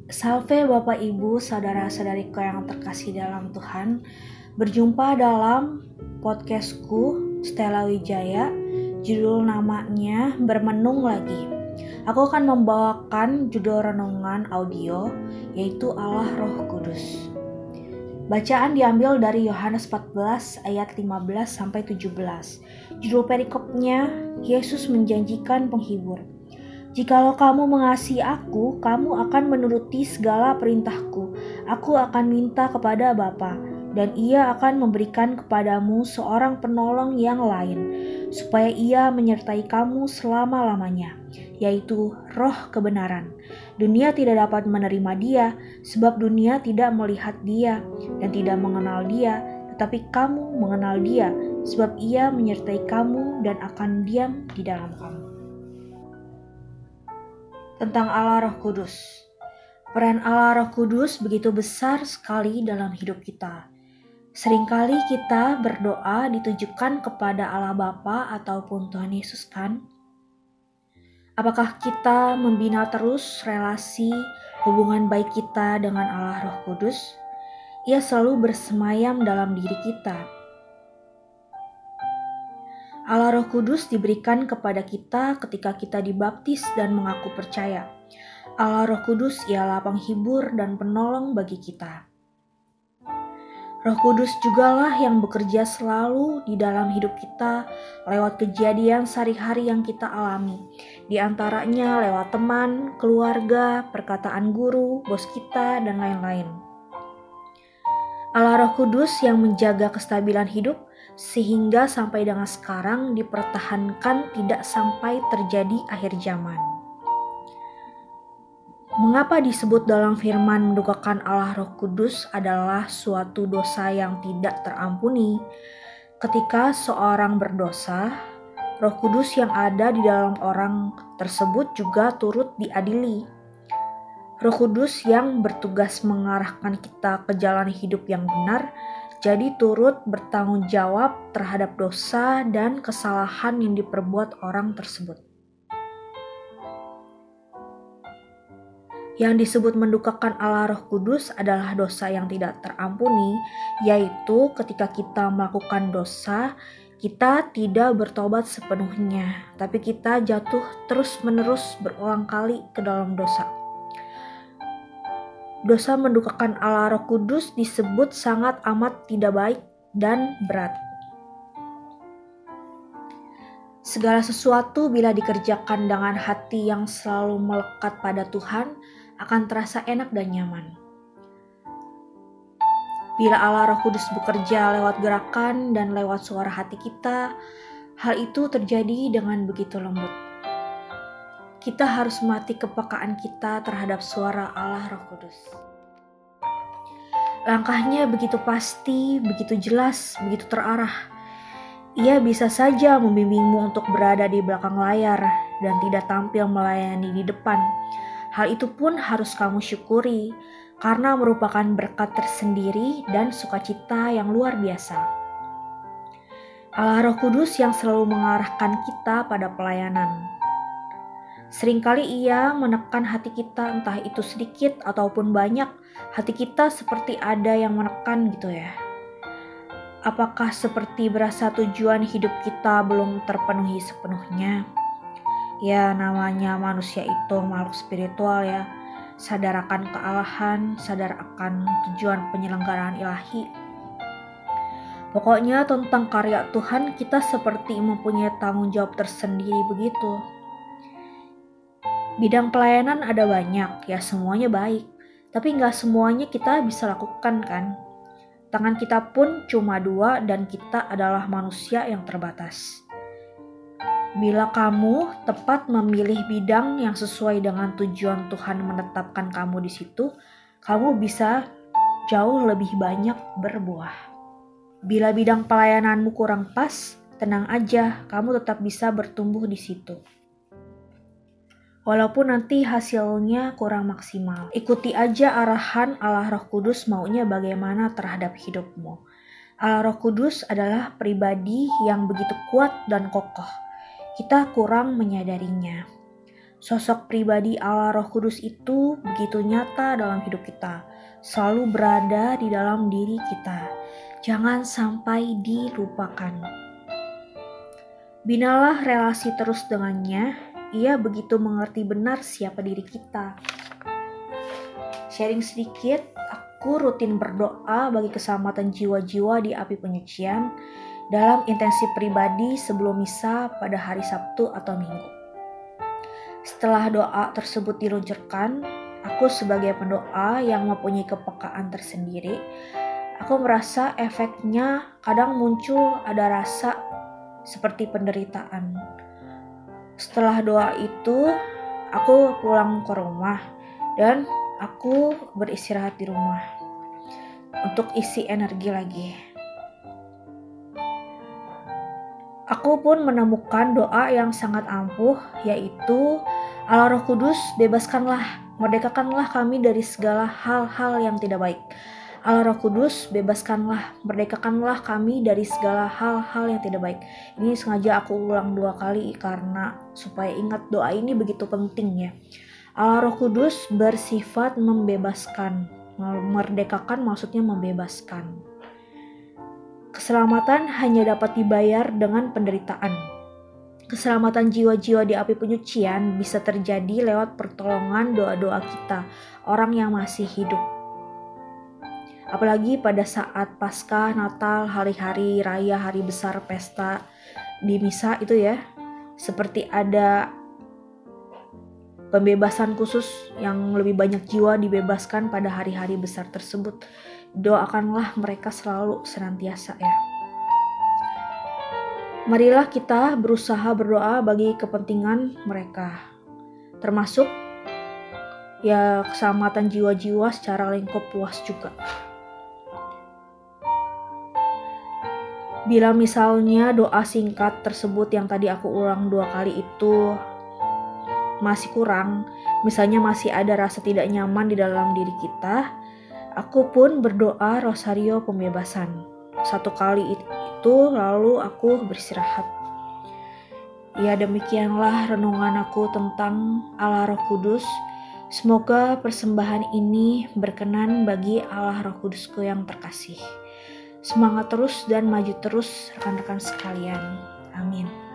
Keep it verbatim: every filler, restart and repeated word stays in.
Salve Bapak Ibu, saudara-saudariku yang terkasih dalam Tuhan. Berjumpa dalam podcastku Stella Wijaya. Judul namanya Bermenung Lagi. Aku akan membawakan judul renungan audio, yaitu Allah Roh Kudus. Bacaan diambil dari Yohanes empat belas ayat lima belas sampai tujuh belas. Judul perikopnya, Yesus menjanjikan penghibur. Jikalau kamu mengasihi aku, kamu akan menuruti segala perintahku. Aku akan minta kepada Bapa, dan ia akan memberikan kepadamu seorang penolong yang lain, supaya ia menyertai kamu selama-lamanya, yaitu Roh kebenaran. Dunia tidak dapat menerima dia, sebab dunia tidak melihat dia dan tidak mengenal dia, tetapi kamu mengenal dia, sebab ia menyertai kamu dan akan diam di dalam kamu. Tentang Allah Roh Kudus. Peran Allah Roh Kudus begitu besar sekali dalam hidup kita. Seringkali kita berdoa ditujukan kepada Allah Bapa ataupun Tuhan Yesus, kan? Apakah kita membina terus relasi hubungan baik kita dengan Allah Roh Kudus? Ia selalu bersemayam dalam diri kita. Allah Roh Kudus diberikan kepada kita ketika kita dibaptis dan mengaku percaya. Allah Roh Kudus ialah penghibur dan penolong bagi kita. Roh Kudus jugalah yang bekerja selalu di dalam hidup kita lewat kejadian sehari-hari yang kita alami. Di antaranya lewat teman, keluarga, perkataan guru, bos kita, dan lain-lain. Allah Roh Kudus yang menjaga kestabilan hidup sehingga sampai dengan sekarang dipertahankan tidak sampai terjadi akhir zaman. Mengapa disebut dalam firman mendukakan Allah Roh Kudus adalah suatu dosa yang tidak terampuni? Ketika seorang berdosa, Roh Kudus yang ada di dalam orang tersebut juga turut diadili. Roh Kudus yang bertugas mengarahkan kita ke jalan hidup yang benar, jadi turut bertanggung jawab terhadap dosa dan kesalahan yang diperbuat orang tersebut. Yang disebut mendukakan Allah Roh Kudus adalah dosa yang tidak terampuni, yaitu ketika kita melakukan dosa, kita tidak bertobat sepenuhnya, tapi kita jatuh terus-menerus berulang kali ke dalam dosa. Dosa mendukakan Allah Roh Kudus disebut sangat amat tidak baik dan berat. Segala sesuatu bila dikerjakan dengan hati yang selalu melekat pada Tuhan akan terasa enak dan nyaman. Bila Allah Roh Kudus bekerja lewat gerakan dan lewat suara hati kita, hal itu terjadi dengan begitu lembut. Kita harus melatih kepekaan kita terhadap suara Allah Roh Kudus. Langkahnya begitu pasti, begitu jelas, begitu terarah. Ia bisa saja membimbingmu untuk berada di belakang layar dan tidak tampil melayani di depan. Hal itu pun harus kamu syukuri karena merupakan berkat tersendiri dan sukacita yang luar biasa. Allah Roh Kudus yang selalu mengarahkan kita pada pelayanan. Seringkali ia menekan hati kita, entah itu sedikit ataupun banyak. Hati kita seperti ada yang menekan gitu ya. Apakah seperti berasa tujuan hidup kita belum terpenuhi sepenuhnya? Ya, namanya manusia itu makhluk spiritual ya. Sadar akan kealahan, sadar akan tujuan penyelenggaraan ilahi. Pokoknya tentang karya Tuhan kita seperti mempunyai tanggung jawab tersendiri begitu. Bidang pelayanan ada banyak, ya semuanya baik. Tapi gak semuanya kita bisa lakukan kan? Tangan kita pun cuma dua dan kita adalah manusia yang terbatas. Bila kamu tepat memilih bidang yang sesuai dengan tujuan Tuhan menetapkan kamu di situ, kamu bisa jauh lebih banyak berbuah. Bila bidang pelayananmu kurang pas, tenang aja, kamu tetap bisa bertumbuh di situ. Walaupun nanti hasilnya kurang maksimal. Ikuti aja arahan Allah Roh Kudus maunya bagaimana terhadap hidupmu. Allah Roh Kudus adalah pribadi yang begitu kuat dan kokoh. Kita kurang menyadarinya. Sosok pribadi Allah Roh Kudus itu begitu nyata dalam hidup kita, selalu berada di dalam diri kita. Jangan sampai dilupakan. Binalah relasi terus dengannya, ia begitu mengerti benar siapa diri kita. Sharing sedikit, aku rutin berdoa bagi keselamatan jiwa-jiwa di api penyucian dalam intensi pribadi sebelum misa pada hari Sabtu atau Minggu. Setelah doa tersebut diluncurkan, aku sebagai pendoa yang mempunyai kepekaan tersendiri, aku merasa efeknya kadang muncul ada rasa seperti penderitaan. Setelah doa itu, aku pulang ke rumah dan aku beristirahat di rumah untuk isi energi lagi. Aku pun menemukan doa yang sangat ampuh, yaitu Allah Roh Kudus, bebaskanlah, merdekakanlah kami dari segala hal-hal yang tidak baik. Allah Roh Kudus, bebaskanlah, merdekakanlah kami dari segala hal-hal yang tidak baik. Ini sengaja aku ulang dua kali karena supaya ingat doa ini begitu penting ya. Allah Roh Kudus bersifat membebaskan, merdekakan maksudnya membebaskan. Keselamatan hanya dapat dibayar dengan penderitaan. Keselamatan jiwa-jiwa di api penyucian bisa terjadi lewat pertolongan doa-doa kita, orang yang masih hidup. Apalagi pada saat Paskah, Natal, hari-hari raya, hari besar, pesta di misa itu ya, seperti ada pembebasan khusus yang lebih banyak jiwa dibebaskan pada hari-hari besar tersebut. Doakanlah mereka selalu senantiasa ya. Marilah kita berusaha berdoa bagi kepentingan mereka, termasuk ya keselamatan jiwa-jiwa secara lingkup luas juga. Bila misalnya doa singkat tersebut yang tadi aku ulang dua kali itu masih kurang, misalnya masih ada rasa tidak nyaman di dalam diri kita, aku pun berdoa rosario pembebasan. Satu kali itu lalu aku beristirahat. Ya, demikianlah renungan aku tentang Allah Roh Kudus. Semoga persembahan ini berkenan bagi Allah Roh Kudusku yang terkasih. Semangat terus dan maju terus rekan-rekan sekalian. Amin.